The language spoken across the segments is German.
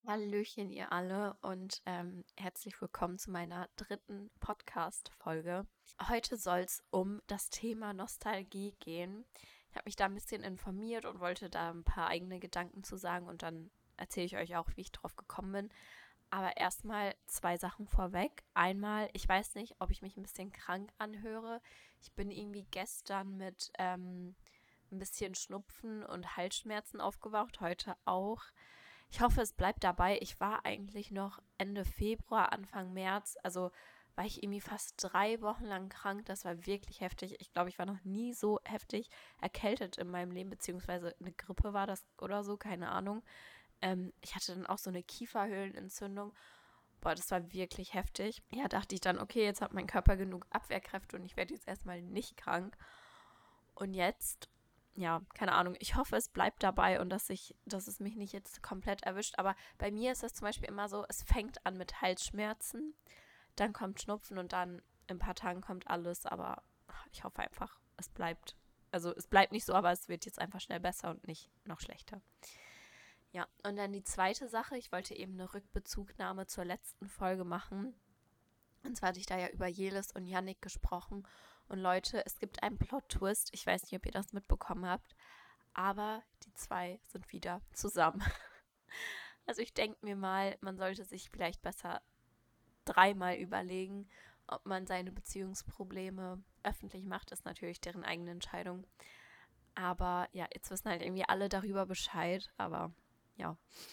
Hallöchen, ihr alle und herzlich willkommen zu meiner dritten Podcast-Folge. Heute soll es um das Thema Nostalgie gehen. Ich habe mich da ein bisschen informiert und wollte da ein paar eigene Gedanken zu sagen und dann erzähle ich euch auch, wie ich drauf gekommen bin. Aber erstmal zwei Sachen vorweg. Einmal, ich weiß nicht, ob ich mich ein bisschen krank anhöre. Ich bin irgendwie gestern mit ein bisschen Schnupfen und Halsschmerzen aufgewacht, heute auch. Ich hoffe, es bleibt dabei. Ich war eigentlich noch Ende Februar, Anfang März, also war ich irgendwie fast 3 Wochen lang krank. Das war wirklich heftig. Ich glaube, ich war noch nie so heftig erkältet in meinem Leben, beziehungsweise eine Grippe war das oder so, keine Ahnung. Ich hatte dann auch so eine Kieferhöhlenentzündung. Boah, das war wirklich heftig. Ja, dachte ich dann, okay, jetzt hat mein Körper genug Abwehrkräfte und ich werde jetzt erstmal nicht krank. Und jetzt, ja, keine Ahnung. Ich hoffe, es bleibt dabei und dass es mich nicht jetzt komplett erwischt. Aber bei mir ist das zum Beispiel immer so, es fängt an mit Halsschmerzen, dann kommt Schnupfen und dann in ein paar Tagen kommt alles. Aber ich hoffe einfach, es bleibt. Also es bleibt nicht so, aber es wird jetzt einfach schnell besser und nicht noch schlechter. Ja, und dann die zweite Sache, ich wollte eben eine Rückbezugnahme zur letzten Folge machen. Und zwar hatte ich da ja über Jelis und Yannick gesprochen. Und Leute, es gibt einen Plot-Twist. Ich weiß nicht, ob ihr das mitbekommen habt. Aber die zwei sind wieder zusammen. Also ich denke mir mal, man sollte sich vielleicht besser dreimal überlegen, ob man seine Beziehungsprobleme öffentlich macht. Das ist natürlich deren eigene Entscheidung. Aber ja, jetzt wissen halt irgendwie alle darüber Bescheid. Aber ja,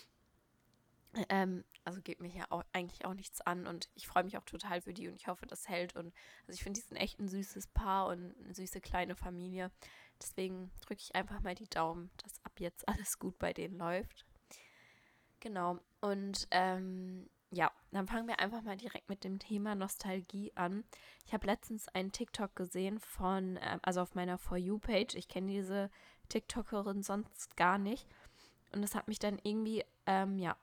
also geht mich ja auch, eigentlich auch nichts an und ich freue mich auch total für die und ich hoffe, das hält. Und also ich finde, die sind echt ein süßes Paar und eine süße kleine Familie. Deswegen drücke ich einfach mal die Daumen, dass ab jetzt alles gut bei denen läuft. Genau. Und ja, dann fangen wir einfach mal direkt mit dem Thema Nostalgie an. Ich habe letztens einen TikTok gesehen von, also auf meiner For You-Page. Ich kenne diese TikTokerin sonst gar nicht. Und das hat mich dann irgendwie ja,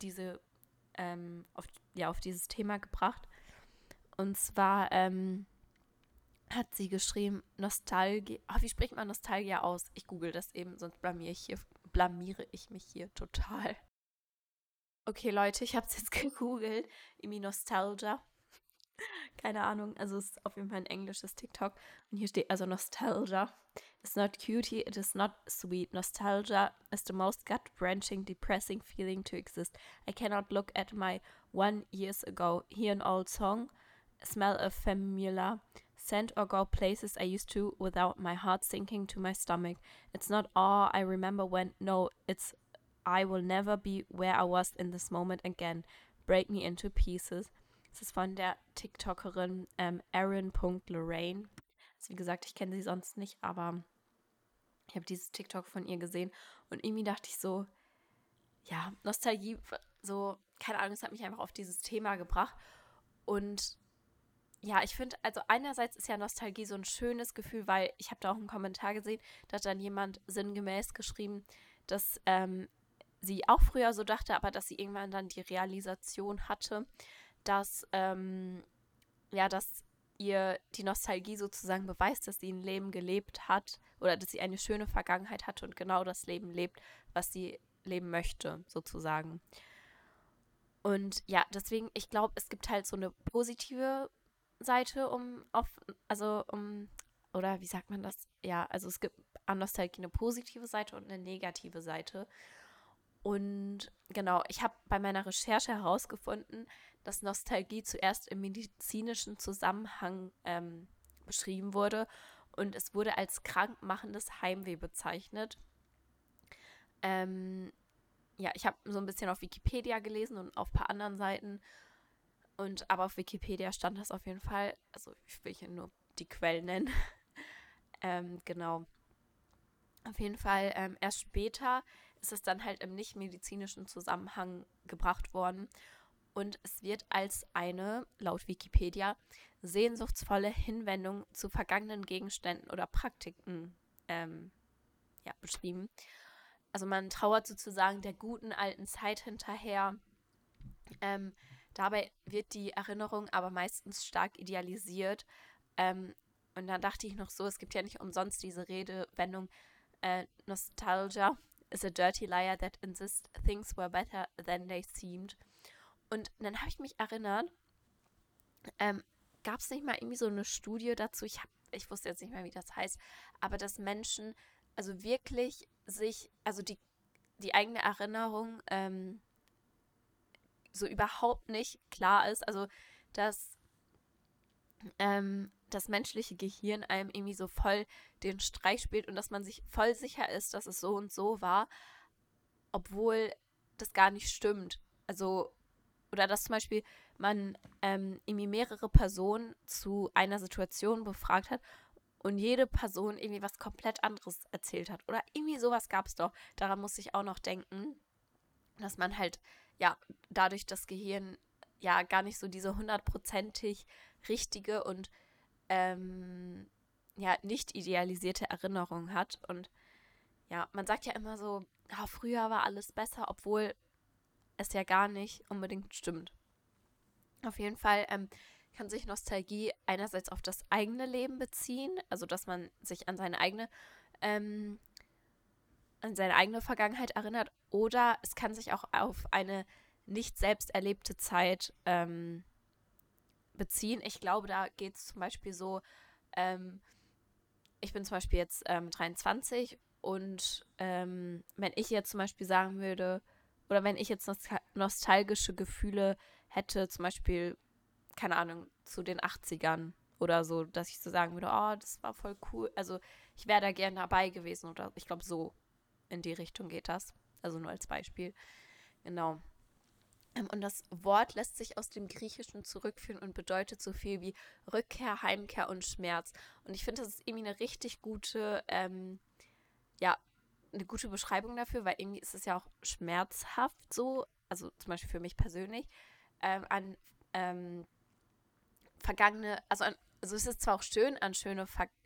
auf dieses Thema gebracht. Und zwar hat sie geschrieben, Nostalgie. Ach, wie spricht man Nostalgie aus? Ich google das eben, sonst blamiere ich mich hier total. Okay, Leute, ich habe es jetzt gegoogelt. Irgendwie Nostalgia. Keine Ahnung. Also es ist auf jeden Fall ein englisches TikTok. Und hier steht also Nostalgia. It's not cutie, it is not sweet. Nostalgia is the most gut-wrenching, depressing feeling to exist. I cannot look at my 1 years ago, hear an old song, smell a familiar scent, or go places I used to without my heart sinking to my stomach. It's not all I remember when, no, it's I will never be where I was in this moment again. Break me into pieces. Das ist von der TikTokerin Erin.Lorraine. Also wie gesagt, ich kenne sie sonst nicht, aber ich habe dieses TikTok von ihr gesehen und irgendwie dachte ich so, ja, Nostalgie, so, keine Ahnung, es hat mich einfach auf dieses Thema gebracht. Und ja, ich finde, also einerseits ist ja Nostalgie so ein schönes Gefühl, weil ich habe da auch einen Kommentar gesehen, da hat dann jemand sinngemäß geschrieben, dass sie auch früher so dachte, aber dass sie irgendwann dann die Realisation hatte, dass ja, dass ihr die Nostalgie sozusagen beweist, dass sie ein Leben gelebt hat oder dass sie eine schöne Vergangenheit hatte und genau das Leben lebt, was sie leben möchte, sozusagen. Und ja, deswegen, ich glaube, es gibt halt so eine positive Seite, oder wie sagt man das? Ja, also es gibt an Nostalgie eine positive Seite und eine negative Seite. Und genau, ich habe bei meiner Recherche herausgefunden, dass Nostalgie zuerst im medizinischen Zusammenhang beschrieben wurde und es wurde als krankmachendes Heimweh bezeichnet. Ähm, ja, ich habe so ein bisschen auf Wikipedia gelesen und auf ein paar anderen Seiten aber auf Wikipedia stand das auf jeden Fall. Also ich will hier nur die Quellen nennen. Genau. Auf jeden Fall erst später ist es dann halt im nicht-medizinischen Zusammenhang gebracht worden. Und es wird als eine, laut Wikipedia, sehnsuchtsvolle Hinwendung zu vergangenen Gegenständen oder Praktiken ja, beschrieben. Also man trauert sozusagen der guten alten Zeit hinterher. Ähm, Dabei wird die Erinnerung aber meistens stark idealisiert. Ähm, und dann dachte ich noch so, es gibt ja nicht umsonst diese Redewendung Nostalgia is a dirty liar that insists things were better than they seemed. Und dann habe ich mich erinnert, gab es nicht mal irgendwie so eine Studie dazu, ich wusste jetzt nicht mehr, wie das heißt, aber dass Menschen also wirklich sich, also die eigene Erinnerung so überhaupt nicht klar ist, also dass das menschliche Gehirn einem irgendwie so voll den Streich spielt und dass man sich voll sicher ist, dass es so und so war, obwohl das gar nicht stimmt. Also, oder dass zum Beispiel man irgendwie mehrere Personen zu einer Situation befragt hat und jede Person irgendwie was komplett anderes erzählt hat. Oder irgendwie sowas gab es doch. Daran musste ich auch noch denken, dass man halt, ja, dadurch das Gehirn ja gar nicht so diese 100%ig richtige und ja, nicht idealisierte Erinnerung hat. Und ja, man sagt ja immer so, früher war alles besser, obwohl es ja gar nicht unbedingt stimmt. Auf jeden Fall kann sich Nostalgie einerseits auf das eigene Leben beziehen, also dass man sich an seine eigene Vergangenheit erinnert, oder es kann sich auch auf eine nicht selbst erlebte Zeit beziehen. Ich glaube, da geht es zum Beispiel so, ich bin zum Beispiel jetzt 23 und wenn ich jetzt zum Beispiel sagen würde, oder wenn ich jetzt nostalgische Gefühle hätte, zum Beispiel, keine Ahnung, zu den 80ern oder so, dass ich so sagen würde, oh, das war voll cool, also ich wäre da gern dabei gewesen oder ich glaube, so in die Richtung geht das. Also nur als Beispiel. Genau. Und das Wort lässt sich aus dem Griechischen zurückführen und bedeutet so viel wie Rückkehr, Heimkehr und Schmerz. Und ich finde, das ist irgendwie eine richtig gute, ja, eine gute Beschreibung dafür, weil irgendwie ist es ja auch schmerzhaft so, also zum Beispiel für mich persönlich, an vergangene, also es ist zwar auch schön, an schöne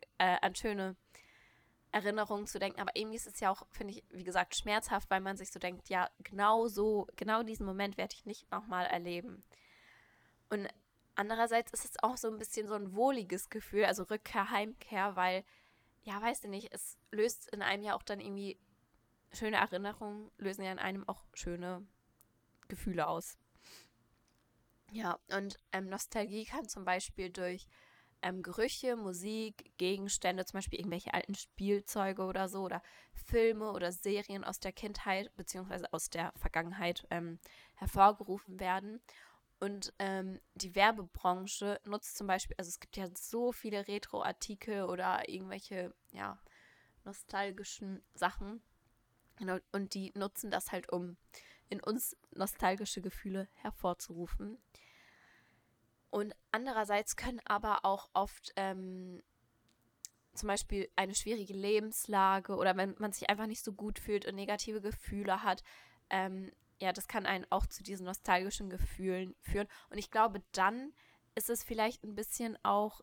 Erinnerungen zu denken, aber irgendwie ist es ja auch, finde ich, wie gesagt, schmerzhaft, weil man sich so denkt, ja, genau diesen Moment werde ich nicht nochmal erleben. Und andererseits ist es auch so ein bisschen so ein wohliges Gefühl, also Rückkehr, Heimkehr, weil, ja, weiß ich nicht, es löst in einem ja auch dann irgendwie schöne Erinnerungen, lösen ja in einem auch schöne Gefühle aus. Ja, und Nostalgie kann zum Beispiel durch Gerüche, Musik, Gegenstände, zum Beispiel irgendwelche alten Spielzeuge oder so, oder Filme oder Serien aus der Kindheit beziehungsweise aus der Vergangenheit hervorgerufen werden. Und die Werbebranche nutzt zum Beispiel, also es gibt ja so viele Retro-Artikel oder irgendwelche, ja, nostalgischen Sachen. Und die nutzen das halt, um in uns nostalgische Gefühle hervorzurufen. Und andererseits können aber auch oft zum Beispiel eine schwierige Lebenslage oder wenn man sich einfach nicht so gut fühlt und negative Gefühle hat, ja, das kann einen auch zu diesen nostalgischen Gefühlen führen. Und ich glaube, dann ist es vielleicht ein bisschen auch,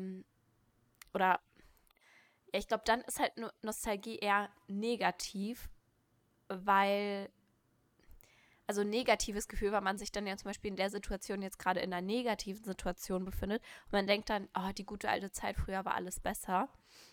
oder ja, ich glaube, dann ist halt Nostalgie eher negativ, weil also ein negatives Gefühl, weil man sich dann ja zum Beispiel in der Situation jetzt gerade in einer negativen Situation befindet und man denkt dann, oh, die gute alte Zeit, früher war alles besser.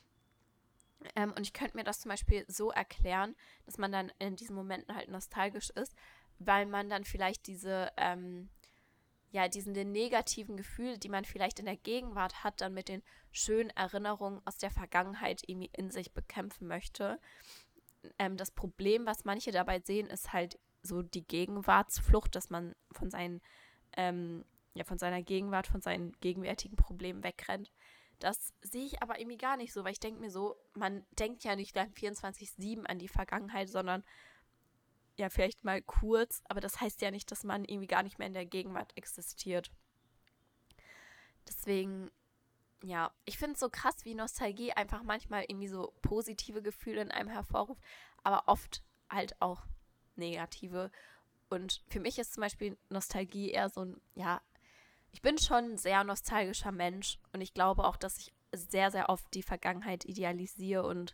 Und ich könnte mir das zum Beispiel so erklären, dass man dann in diesen Momenten halt nostalgisch ist, weil man dann vielleicht diesen den negativen Gefühl, die man vielleicht in der Gegenwart hat, dann mit den schönen Erinnerungen aus der Vergangenheit irgendwie in sich bekämpfen möchte. Das Problem, was manche dabei sehen, ist halt so die Gegenwartsflucht, dass man von seiner Gegenwart, von seinen gegenwärtigen Problemen wegrennt. Das sehe ich aber irgendwie gar nicht so, weil ich denke mir so, man denkt ja nicht dann 24/7 an die Vergangenheit, sondern ja vielleicht mal kurz, aber das heißt ja nicht, dass man irgendwie gar nicht mehr in der Gegenwart existiert. Deswegen, ja, ich finde es so krass, wie Nostalgie einfach manchmal irgendwie so positive Gefühle in einem hervorruft, aber oft halt auch negative. Und für mich ist zum Beispiel Nostalgie eher so ein, ja, ich bin schon ein sehr nostalgischer Mensch und ich glaube auch, dass ich sehr, sehr oft die Vergangenheit idealisiere und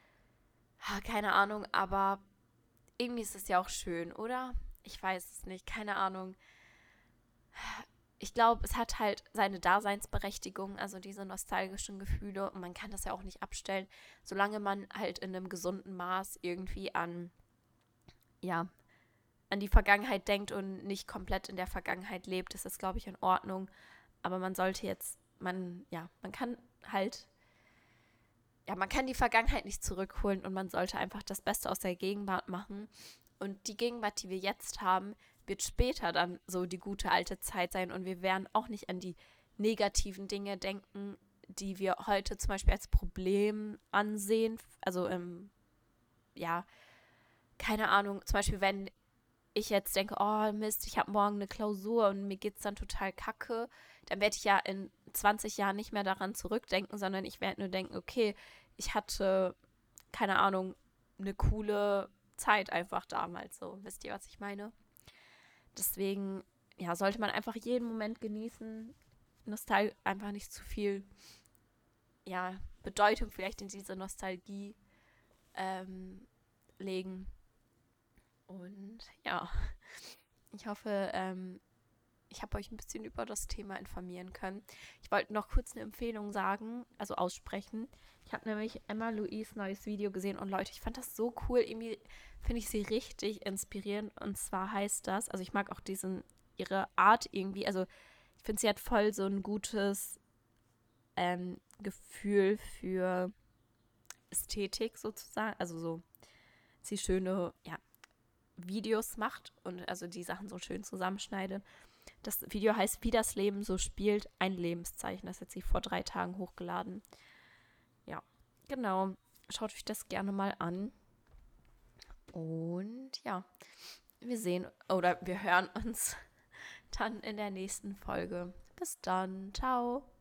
keine Ahnung, aber irgendwie ist es ja auch schön, oder? Ich weiß es nicht, keine Ahnung. Ich glaube, es hat halt seine Daseinsberechtigung, also diese nostalgischen Gefühle und man kann das ja auch nicht abstellen, solange man halt in einem gesunden Maß irgendwie an ja, an die Vergangenheit denkt und nicht komplett in der Vergangenheit lebt, ist das, glaube ich, in Ordnung. Aber man sollte jetzt, man kann halt, ja, man kann die Vergangenheit nicht zurückholen und man sollte einfach das Beste aus der Gegenwart machen. Und die Gegenwart, die wir jetzt haben, wird später dann so die gute alte Zeit sein und wir werden auch nicht an die negativen Dinge denken, die wir heute zum Beispiel als Problem ansehen. Also, ja, keine Ahnung, zum Beispiel, wenn ich jetzt denke, oh Mist, ich habe morgen eine Klausur und mir geht es dann total kacke, dann werde ich ja in 20 Jahren nicht mehr daran zurückdenken, sondern ich werde nur denken, okay, ich hatte, keine Ahnung, eine coole Zeit einfach damals so. Wisst ihr, was ich meine? Deswegen, ja, sollte man einfach jeden Moment genießen, einfach nicht zu viel, ja, Bedeutung vielleicht in diese Nostalgie legen. Und ja, ich hoffe, ich habe euch ein bisschen über das Thema informieren können. Ich wollte noch kurz eine Empfehlung sagen, also aussprechen. Ich habe nämlich Emma Louise neues Video gesehen und Leute, ich fand das so cool. Irgendwie finde ich sie richtig inspirierend. Und zwar heißt das, also ich mag auch ihre Art irgendwie, also ich finde, sie hat voll so ein gutes Gefühl für Ästhetik sozusagen. Also so, sie schöne, ja, Videos macht und also die Sachen so schön zusammenschneidet. Das Video heißt Wie das Leben so spielt, ein Lebenszeichen. Das hat sie vor 3 Tagen hochgeladen. Ja, genau. Schaut euch das gerne mal an. Und ja, wir hören uns dann in der nächsten Folge. Bis dann. Ciao.